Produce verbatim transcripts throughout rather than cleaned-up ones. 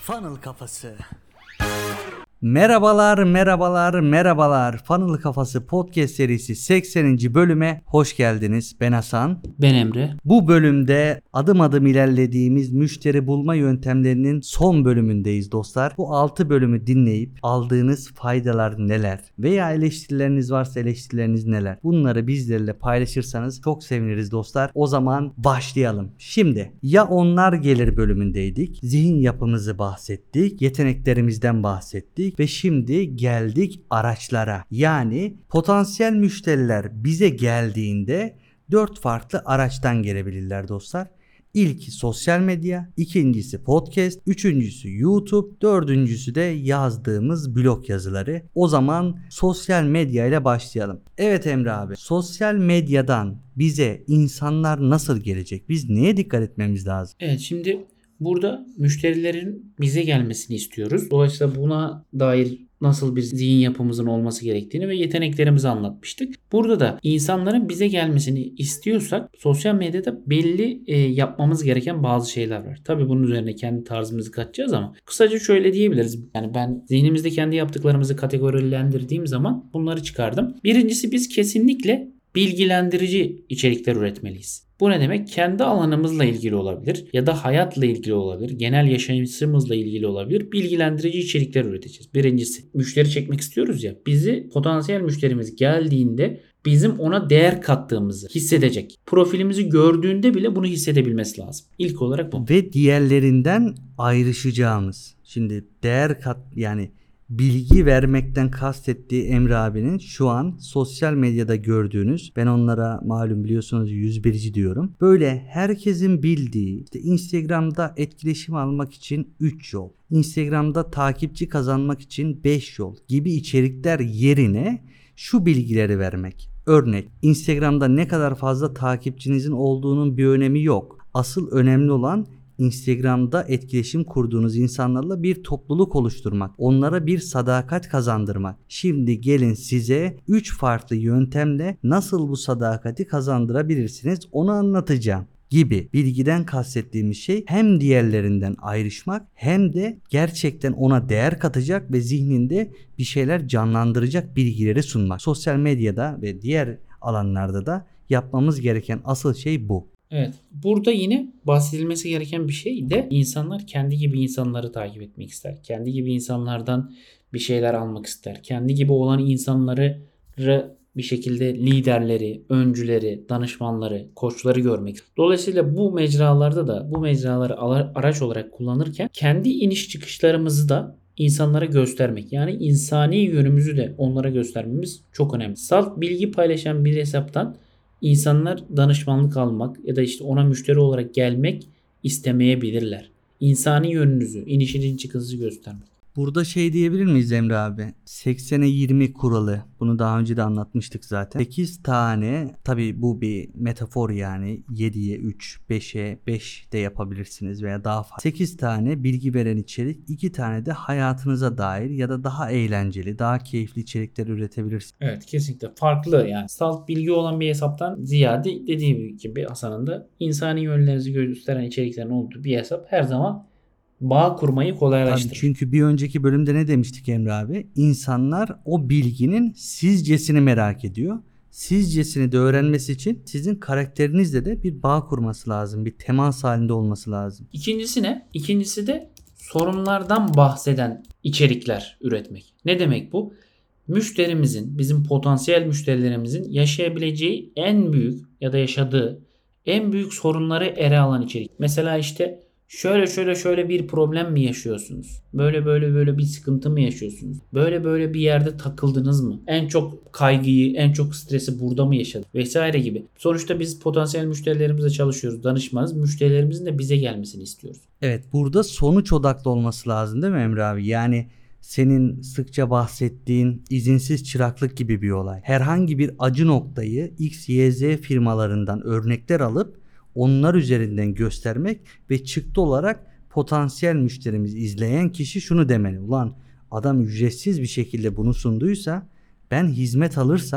Funnel Kafası. Merhabalar, merhabalar, merhabalar. Funnel Kafası podcast serisi sekseninci bölüme hoş geldiniz. Ben Hasan. Ben Emre. Bu bölümde adım adım ilerlediğimiz müşteri bulma yöntemlerinin son bölümündeyiz dostlar. Bu altı bölümü dinleyip aldığınız faydalar neler? Veya eleştirileriniz varsa eleştirileriniz neler? Bunları bizlerle paylaşırsanız çok seviniriz dostlar. O zaman başlayalım. Şimdi ya onlar gelir bölümündeydik. Zihin yapımızı bahsettik. Yeteneklerimizden bahsettik. Ve şimdi geldik araçlara. Yani potansiyel müşteriler bize geldiğinde dört farklı araçtan gelebilirler dostlar. İlki sosyal medya, ikincisi podcast, üçüncüsü YouTube, dördüncüsü de yazdığımız blog yazıları. O zaman sosyal medya ile başlayalım. Evet Emre abi, sosyal medyadan bize insanlar nasıl gelecek? Biz neye dikkat etmemiz lazım? Evet, şimdi burada müşterilerin bize gelmesini istiyoruz. Dolayısıyla buna dair nasıl bir zihin yapımızın olması gerektiğini ve yeteneklerimizi anlatmıştık. Burada da insanların bize gelmesini istiyorsak sosyal medyada belli e, yapmamız gereken bazı şeyler var. Tabii bunun üzerine kendi tarzımızı katacağız ama kısaca şöyle diyebiliriz. Yani ben zihnimizde kendi yaptıklarımızı kategorilendirdiğim zaman bunları çıkardım. Birincisi, biz kesinlikle bilgilendirici içerikler üretmeliyiz. Bu ne demek? Kendi alanımızla ilgili olabilir ya da hayatla ilgili olabilir, genel yaşayışımızla ilgili olabilir. Bilgilendirici içerikler üreteceğiz. Birincisi, müşteri çekmek istiyoruz ya. Bizi potansiyel müşterimiz geldiğinde bizim ona değer kattığımızı hissedecek. Profilimizi gördüğünde bile bunu hissedebilmesi lazım. İlk olarak bu. Ve diğerlerinden ayrışacağımız. Şimdi değer kat yani bilgi vermekten kastettiği Emre abinin şu an sosyal medyada gördüğünüz, ben onlara malum biliyorsunuz yüz birci diyorum. Böyle herkesin bildiği, işte Instagram'da etkileşim almak için üç yol, Instagram'da takipçi kazanmak için beş yol gibi içerikler yerine şu bilgileri vermek. Örnek, Instagram'da ne kadar fazla takipçinizin olduğunun bir önemi yok. Asıl önemli olan Instagram'da etkileşim kurduğunuz insanlarla bir topluluk oluşturmak, onlara bir sadakat kazandırmak. Şimdi gelin size üç farklı yöntemle nasıl bu sadakati kazandırabilirsiniz onu anlatacağım gibi. Bilgiden kastettiğimiz şey hem diğerlerinden ayrışmak hem de gerçekten ona değer katacak ve zihninde bir şeyler canlandıracak bilgileri sunmak. Sosyal medyada ve diğer alanlarda da yapmamız gereken asıl şey bu. Evet. Burada yine bahsedilmesi gereken bir şey de insanlar kendi gibi insanları takip etmek ister. Kendi gibi insanlardan bir şeyler almak ister. Kendi gibi olan insanları bir şekilde liderleri, öncüleri, danışmanları, koçları görmek. Dolayısıyla bu mecralarda da bu mecraları araç olarak kullanırken kendi iniş çıkışlarımızı da insanlara göstermek. Yani insani yönümüzü de onlara göstermemiz çok önemli. Salt bilgi paylaşan bir hesaptan İnsanlar danışmanlık almak ya da işte ona müşteri olarak gelmek istemeyebilirler. İnsani yönünüzü, inişinin çıkınızı göstermek. Burada şey diyebilir miyiz Emre abi? seksene yirmi kuralı. Bunu daha önce de anlatmıştık zaten. sekiz tane, tabii bu bir metafor yani. yediye üç, beşe beş de yapabilirsiniz veya daha fazla. sekiz tane bilgi veren içerik, iki tane de hayatınıza dair ya da daha eğlenceli, daha keyifli içerikler üretebilirsiniz. Evet, kesinlikle farklı yani. Salt bilgi olan bir hesaptan ziyade dediğim gibi Hasan'ın da insani yönlerinizi gösteren içeriklerin olduğu bir hesap her zaman bağ kurmayı kolaylaştırır. Tabii, çünkü bir önceki bölümde ne demiştik Emre abi? İnsanlar o bilginin sizcesini merak ediyor. Sizcesini de öğrenmesi için sizin karakterinizle de bir bağ kurması lazım. Bir temas halinde olması lazım. İkincisi ne? İkincisi de sorunlardan bahseden içerikler üretmek. Ne demek bu? Müşterimizin, bizim potansiyel müşterilerimizin yaşayabileceği en büyük ya da yaşadığı en büyük sorunları ele alan içerik. Mesela işte şöyle şöyle şöyle bir problem mi yaşıyorsunuz? Böyle böyle böyle bir sıkıntı mı yaşıyorsunuz? Böyle böyle bir yerde takıldınız mı? En çok kaygıyı, en çok stresi burada mı yaşadınız? Vesaire gibi. Sonuçta biz potansiyel müşterilerimizle çalışıyoruz, danışmanız. Müşterilerimizin de bize gelmesini istiyoruz. Evet, burada sonuç odaklı olması lazım değil mi Emre abi? Yani senin sıkça bahsettiğin izinsiz çıraklık gibi bir olay. Herhangi bir acı noktayı X, Y, Z firmalarından örnekler alıp onlar üzerinden göstermek ve çıktı olarak potansiyel müşterimiz, izleyen kişi şunu demeli. Ulan adam ücretsiz bir şekilde bunu sunduysa ben hizmet alırsam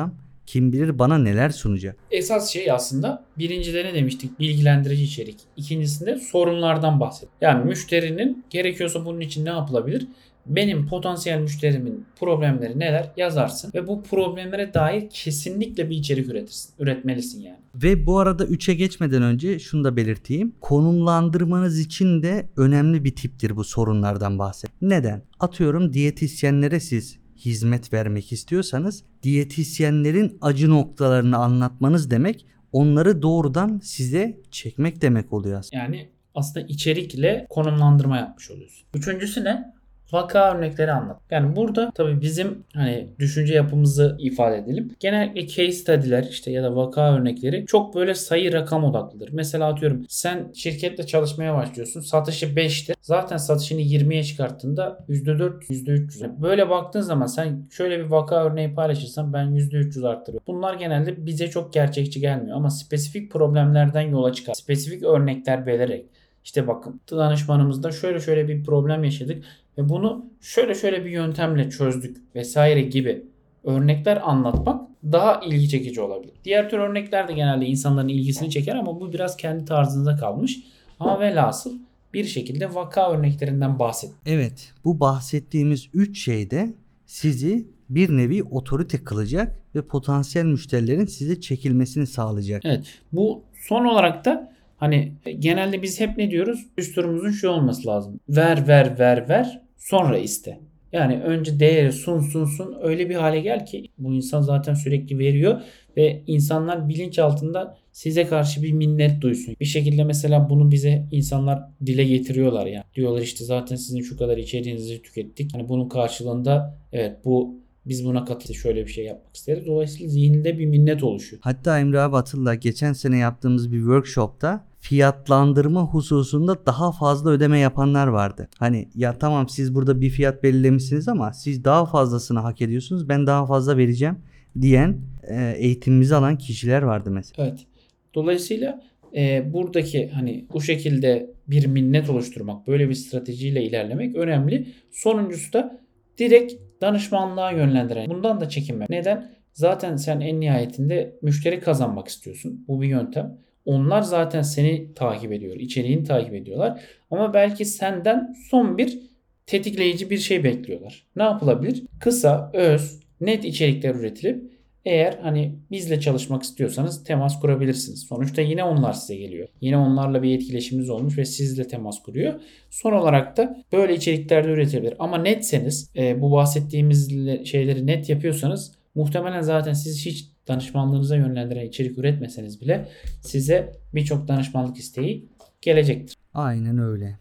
Kim bilir bana neler sunacak. Esas şey aslında birincide ne demiştik? Bilgilendirici içerik. İkincisinde sorunlardan bahset. Yani müşterinin gerekiyorsa bunun için ne yapılabilir? Benim potansiyel müşterimin problemleri neler yazarsın ve bu problemlere dair kesinlikle bir içerik üretirsin. Üretmelisin yani. Ve bu arada üçe geçmeden önce şunu da belirteyim. Konumlandırmanız için de önemli bir tiptir bu sorunlardan bahset. Neden? Atıyorum diyetisyenlere siz hizmet vermek istiyorsanız diyetisyenlerin acı noktalarını anlatmanız demek onları doğrudan size çekmek demek oluyor aslında. Yani aslında içerikle konumlandırma yapmış oluyorsun. Üçüncüsü ne? Vaka örnekleri anlat. Yani burada tabii bizim hani düşünce yapımızı ifade edelim. Genellikle case study'ler işte ya da vaka örnekleri çok böyle sayı rakam odaklıdır. Mesela atıyorum sen şirketle çalışmaya başlıyorsun. Satışı beşti. Zaten satışını yirmiye çıkarttığında yüzde dört, yüzde üç yüz. Yani böyle baktığın zaman sen şöyle bir vaka örneği paylaşırsan ben yüzde üç yüz arttırıyorum. Bunlar genelde bize çok gerçekçi gelmiyor ama spesifik problemlerden yola çıkar. Spesifik örnekler vererek işte bakın danışmanımızda şöyle şöyle bir problem yaşadık ve bunu şöyle şöyle bir yöntemle çözdük vesaire gibi örnekler anlatmak daha ilgi çekici olabilir. Diğer tür örnekler de genelde insanların ilgisini çeker ama bu biraz kendi tarzınıza kalmış. Ama velhasıl bir şekilde vaka örneklerinden bahset. Evet, bu bahsettiğimiz üç şey de sizi bir nevi otorite kılacak ve potansiyel müşterilerin size çekilmesini sağlayacak. Evet, bu son olarak da hani genelde biz hep ne diyoruz? Düsturumuzun şu olması lazım. Ver ver ver ver sonra iste. Yani önce değeri sun sun sun öyle bir hale gel ki bu insan zaten sürekli veriyor ve insanlar bilinç altında size karşı bir minnet duysun. Bir şekilde mesela bunu bize insanlar dile getiriyorlar yani. Diyorlar işte zaten sizin şu kadar içeriğinizi tükettik. Hani bunun karşılığında evet bu biz buna katıldık şöyle bir şey yapmak isteriz. Dolayısıyla zihninde bir minnet oluşuyor. Hatta Emre abi hatırla geçen sene yaptığımız bir workshopta fiyatlandırma hususunda daha fazla ödeme yapanlar vardı. Hani ya tamam siz burada bir fiyat belirlemişsiniz ama siz daha fazlasını hak ediyorsunuz. Ben daha fazla vereceğim diyen e, eğitimimizi alan kişiler vardı mesela. Evet. Dolayısıyla e, buradaki hani bu şekilde bir minnet oluşturmak, böyle bir stratejiyle ilerlemek önemli. Sonuncusu da direkt danışmanlığa yönlendiren. Bundan da çekinme. Neden? Zaten sen en nihayetinde müşteri kazanmak istiyorsun. Bu bir yöntem. Onlar zaten seni takip ediyor. İçeriğini takip ediyorlar. Ama belki senden son bir tetikleyici bir şey bekliyorlar. Ne yapılabilir? Kısa, öz, net içerikler üretilip eğer hani bizle çalışmak istiyorsanız temas kurabilirsiniz. Sonuçta yine onlar size geliyor. Yine onlarla bir etkileşiminiz olmuş ve sizle temas kuruyor. Son olarak da böyle içerikler de üretebilir. Ama netseniz e, bu bahsettiğimiz şeyleri net yapıyorsanız muhtemelen zaten siz hiç danışmanlığınıza yönlendiren içerik üretmeseniz bile size birçok danışmanlık isteği gelecektir. Aynen öyle.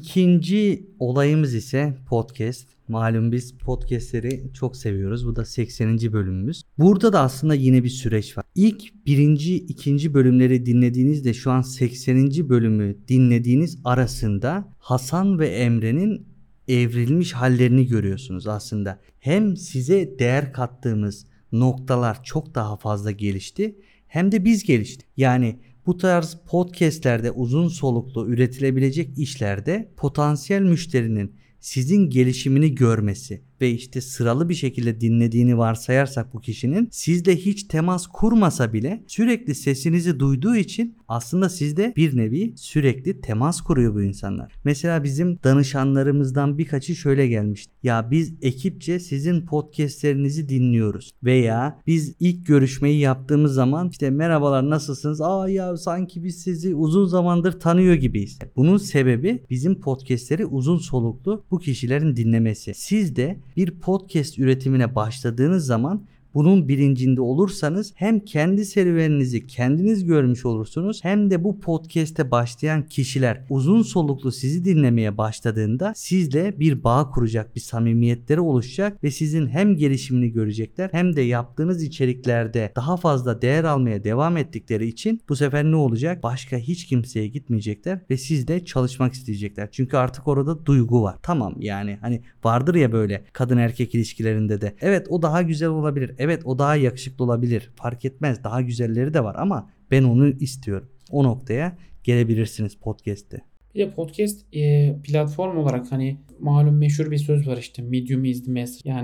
İkinci olayımız ise podcast. Malum biz podcastleri çok seviyoruz. Bu da sekseninci bölümümüz. Burada da aslında yine bir süreç var. İlk birinci, ikinci bölümleri dinlediğinizde şu an sekseninci bölümü dinlediğiniz arasında Hasan ve Emre'nin evrilmiş hallerini görüyorsunuz aslında. Hem size değer kattığımız noktalar çok daha fazla gelişti hem de biz geliştik. Yani bu tarz podcastlerde uzun soluklu üretilebilecek işlerde potansiyel müşterinin sizin gelişimini görmesi ve işte sıralı bir şekilde dinlediğini varsayarsak bu kişinin sizle hiç temas kurmasa bile sürekli sesinizi duyduğu için aslında sizde bir nevi sürekli temas kuruyor bu insanlar. Mesela bizim danışanlarımızdan birkaçı şöyle gelmişti. Ya biz ekipçe sizin podcastlerinizi dinliyoruz veya biz ilk görüşmeyi yaptığımız zaman işte merhabalar nasılsınız? Aa ya sanki biz sizi uzun zamandır tanıyor gibiyiz. Bunun sebebi bizim podcastleri uzun soluklu bu kişilerin dinlemesi. Siz de bir podcast üretimine başladığınız zaman bunun bilincinde olursanız hem kendi serüveninizi kendiniz görmüş olursunuz hem de bu podcast'e başlayan kişiler uzun soluklu sizi dinlemeye başladığında sizle bir bağ kuracak, bir samimiyetleri oluşacak ve sizin hem gelişimini görecekler hem de yaptığınız içeriklerde daha fazla değer almaya devam ettikleri için bu sefer ne olacak? Başka hiç kimseye gitmeyecekler ve sizle çalışmak isteyecekler. Çünkü artık orada duygu var. Tamam yani hani vardır ya böyle kadın erkek ilişkilerinde de. Evet o daha güzel olabilir. Evet o daha yakışıklı olabilir. Fark etmez. Daha güzelleri de var ama ben onu istiyorum. O noktaya gelebilirsiniz podcast'te. Bir de podcast e, platform olarak hani malum meşhur bir söz var işte medium is the message. Yani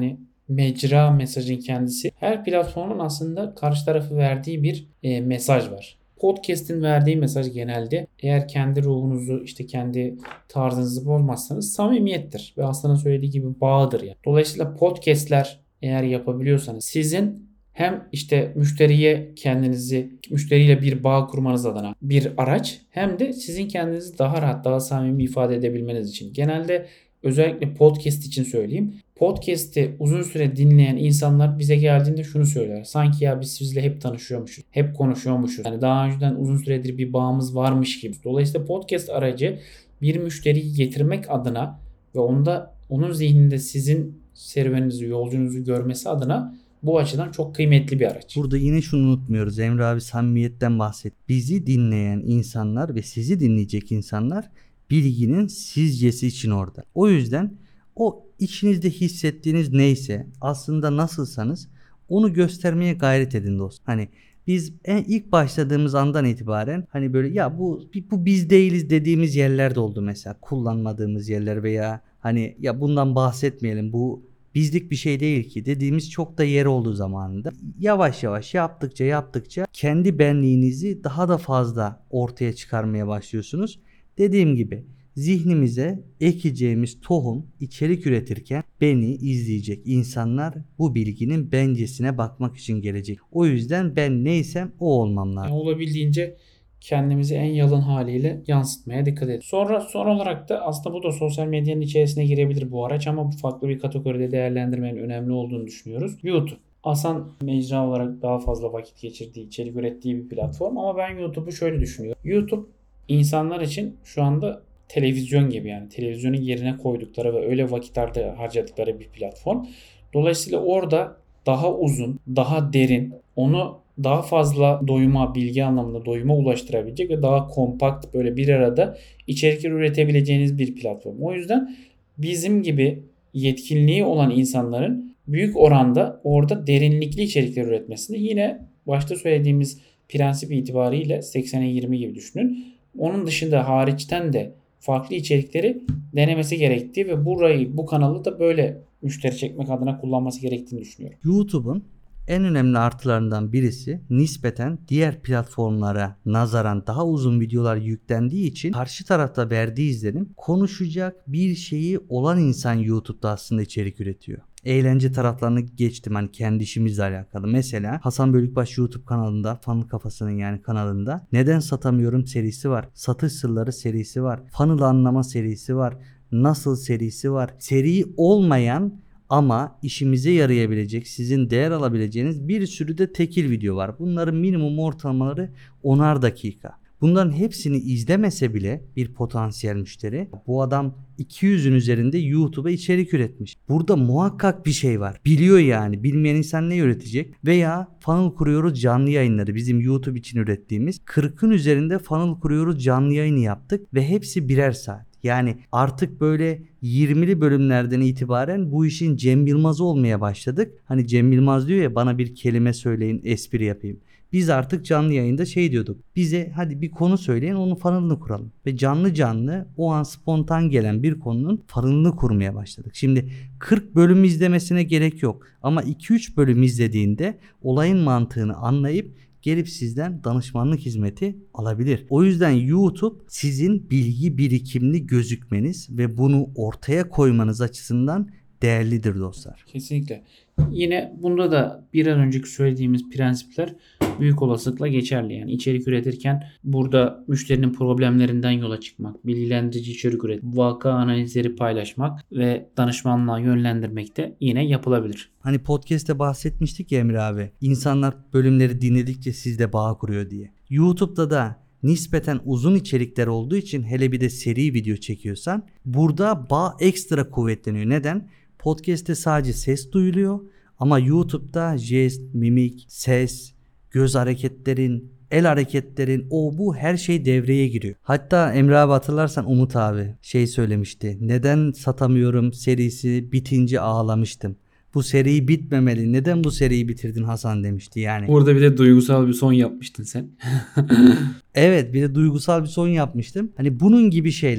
mecra mesajın kendisi. Her platformun aslında karşı tarafı verdiği bir e, mesaj var. Podcast'in verdiği mesaj genelde eğer kendi ruhunuzu işte kendi tarzınızı bozmazsanız samimiyettir. Ve aslında söylediği gibi bağdır yani. Dolayısıyla podcast'ler eğer yapabiliyorsanız sizin hem işte müşteriye kendinizi, müşteriyle bir bağ kurmanız adına bir araç hem de sizin kendinizi daha rahat, daha samimi ifade edebilmeniz için. Genelde özellikle podcast için söyleyeyim. Podcast'i uzun süre dinleyen insanlar bize geldiğinde şunu söyler. Sanki ya biz sizle hep tanışıyormuşuz. Hep konuşuyormuşuz. Yani daha önceden uzun süredir bir bağımız varmış gibi. Dolayısıyla podcast aracı bir müşteriyi getirmek adına ve onda onun zihninde sizin serüveninizi, yolculuğunuzu görmesi adına bu açıdan çok kıymetli bir araç. Burada yine şunu unutmuyoruz. Emre abi samimiyetten bahset. Bizi dinleyen insanlar ve sizi dinleyecek insanlar bilginin sizcesi için orada. O yüzden o içinizde hissettiğiniz neyse aslında nasılsanız onu göstermeye gayret edin dostum. Hani biz en ilk başladığımız andan itibaren hani böyle ya bu bu biz değiliz dediğimiz yerler de oldu mesela. Kullanmadığımız yerler veya hani ya bundan bahsetmeyelim bu bizlik bir şey değil ki dediğimiz çok da yer oldu zamanında. Yavaş yavaş yaptıkça yaptıkça kendi benliğinizi daha da fazla ortaya çıkarmaya başlıyorsunuz. Dediğim gibi zihnimize ekeceğimiz tohum içerik üretirken beni izleyecek insanlar bu bilginin bencesine bakmak için gelecek. O yüzden ben neysem o olmam lazım. Yani olabildiğince kendimizi en yalın haliyle yansıtmaya dikkat edin. Sonra son olarak da aslında bu da sosyal medyanın içerisine girebilir bu araç ama bu farklı bir kategoride değerlendirmenin önemli olduğunu düşünüyoruz. YouTube. Hasan mecra olarak daha fazla vakit geçirdiği, içerik ürettiği bir platform ama ben YouTube'u şöyle düşünüyorum. YouTube insanlar için şu anda televizyon gibi yani televizyonun yerine koydukları ve öyle vakit harcadıkları bir platform. Dolayısıyla orada daha uzun, daha derin, onu daha fazla doyuma, bilgi anlamında doyuma ulaştırabilecek ve daha kompakt böyle bir arada içerikler üretebileceğiniz bir platform. O yüzden bizim gibi yetkinliği olan insanların büyük oranda orada derinlikli içerikler üretmesini yine başta söylediğimiz prensip itibariyle seksene yirmi gibi düşünün. Onun dışında hariçten de farklı içerikleri denemesi gerektiği ve burayı, bu kanalı da böyle müşteri çekmek adına kullanması gerektiğini düşünüyorum. YouTube'un en önemli artılarından birisi nispeten diğer platformlara nazaran daha uzun videolar yüklendiği için karşı tarafta verdiği izlenim konuşacak bir şeyi olan insan YouTube'da aslında içerik üretiyor. Eğlence taraflarını geçtim hani kendi işimizle alakalı. Mesela Hasan Bölükbaş YouTube kanalında, Funnel Kafası'nın yani kanalında Neden Satamıyorum serisi var. Satış Sırları serisi var. Funnel Anlama serisi var. Nasıl serisi var. Seri olmayan ama işimize yarayabilecek, sizin değer alabileceğiniz bir sürü de tekil video var. Bunların minimum ortalamaları onar dakika. Bunların hepsini izlemese bile bir potansiyel müşteri bu adam iki yüzün üzerinde YouTube'a içerik üretmiş. Burada muhakkak bir şey var. Biliyor yani. Bilmeyen insan ne üretecek? Veya Funnel Kuruyoruz canlı yayınları bizim YouTube için ürettiğimiz kırkın üzerinde Funnel Kuruyoruz canlı yayını yaptık ve hepsi birer saat. Yani artık böyle yirmili bölümlerden itibaren bu işin Cem Yılmaz'ı olmaya başladık. Hani Cem Yılmaz diyor ya bana bir kelime söyleyin espri yapayım. Biz artık canlı yayında şey diyorduk. Bize hadi bir konu söyleyin onun funnel'ını kuralım. Ve canlı canlı o an spontan gelen bir konunun funnel'ını kurmaya başladık. Şimdi kırk bölüm izlemesine gerek yok. Ama iki üç bölüm izlediğinde olayın mantığını anlayıp gelip sizden danışmanlık hizmeti alabilir. O yüzden YouTube sizin bilgi birikimli gözükmeniz ve bunu ortaya koymanız açısından değerlidir dostlar. Kesinlikle. Yine bunda da bir an önceki söylediğimiz prensipler büyük olasılıkla geçerli. Yani içerik üretirken burada müşterinin problemlerinden yola çıkmak, bilgilendirici içerik üretmek, vaka analizleri paylaşmak ve danışmanlığa yönlendirmek de yine yapılabilir. Hani podcast'te bahsetmiştik ya Emre abi. İnsanlar bölümleri dinledikçe sizde bağ kuruyor diye. YouTube'da da nispeten uzun içerikler olduğu için hele bir de seri video çekiyorsan burada bağ ekstra kuvvetleniyor. Neden? Podcast'te sadece ses duyuluyor ama YouTube'da jest, mimik, ses, göz hareketlerin, el hareketlerin o bu her şey devreye giriyor. Hatta Emre abi hatırlarsan Umut abi şey söylemişti. Neden satamıyorum serisi bitince ağlamıştım. Bu seri bitmemeli. Neden bu seriyi bitirdin Hasan demişti yani. Orada bir de duygusal bir son yapmıştın sen. Evet bir de duygusal bir son yapmıştım. Hani bunun gibi şeyler.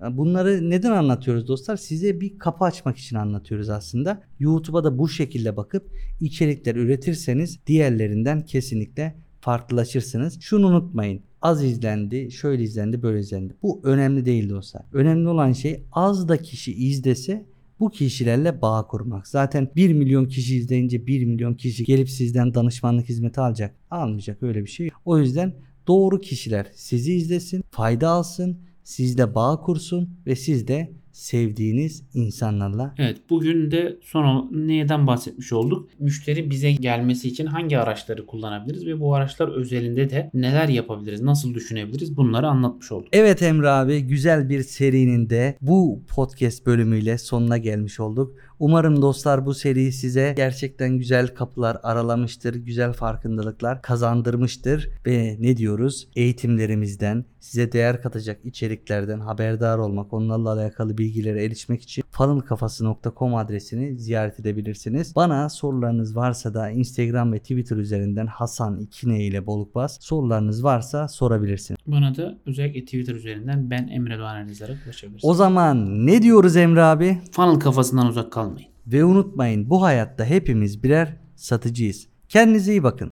Bunları neden anlatıyoruz dostlar? Size bir kapı açmak için anlatıyoruz aslında. YouTube'a da bu şekilde bakıp içerikler üretirseniz diğerlerinden kesinlikle farklılaşırsınız. Şunu unutmayın. Az izlendi, şöyle izlendi, böyle izlendi. Bu önemli değil dostlar. Önemli olan şey az da kişi izlese bu kişilerle bağ kurmak. Zaten bir milyon kişi izleyince bir milyon kişi gelip sizden danışmanlık hizmeti alacak. Almayacak, öyle bir şey yok. O yüzden doğru kişiler sizi izlesin, fayda alsın, sizde bağ kursun ve siz de sevdiğiniz insanlarla. Evet, bugün de son neyden bahsetmiş olduk? Müşteri bize gelmesi için hangi araçları kullanabiliriz ve bu araçlar özelinde de neler yapabiliriz, nasıl düşünebiliriz, bunları anlatmış olduk. Evet Emre abi, güzel bir serinin de bu podcast bölümüyle sonuna gelmiş olduk. Umarım dostlar bu seri size gerçekten güzel kapılar aralamıştır, güzel farkındalıklar kazandırmıştır ve ne diyoruz? Eğitimlerimizden, size değer katacak içeriklerden haberdar olmak, onlarla alakalı bilgilere erişmek için funnelkafası nokta com adresini ziyaret edebilirsiniz. Bana sorularınız varsa da Instagram ve Twitter üzerinden Hasan ikine ile Bolukbaz sorularınız varsa sorabilirsiniz. Bana da özellikle Twitter üzerinden ben Emre Doğan yazarak ulaşabilirsiniz. O zaman ne diyoruz Emre abi? Funnel kafasından uzak kalmayın. Ve unutmayın, bu hayatta hepimiz birer satıcıyız. Kendinize iyi bakın.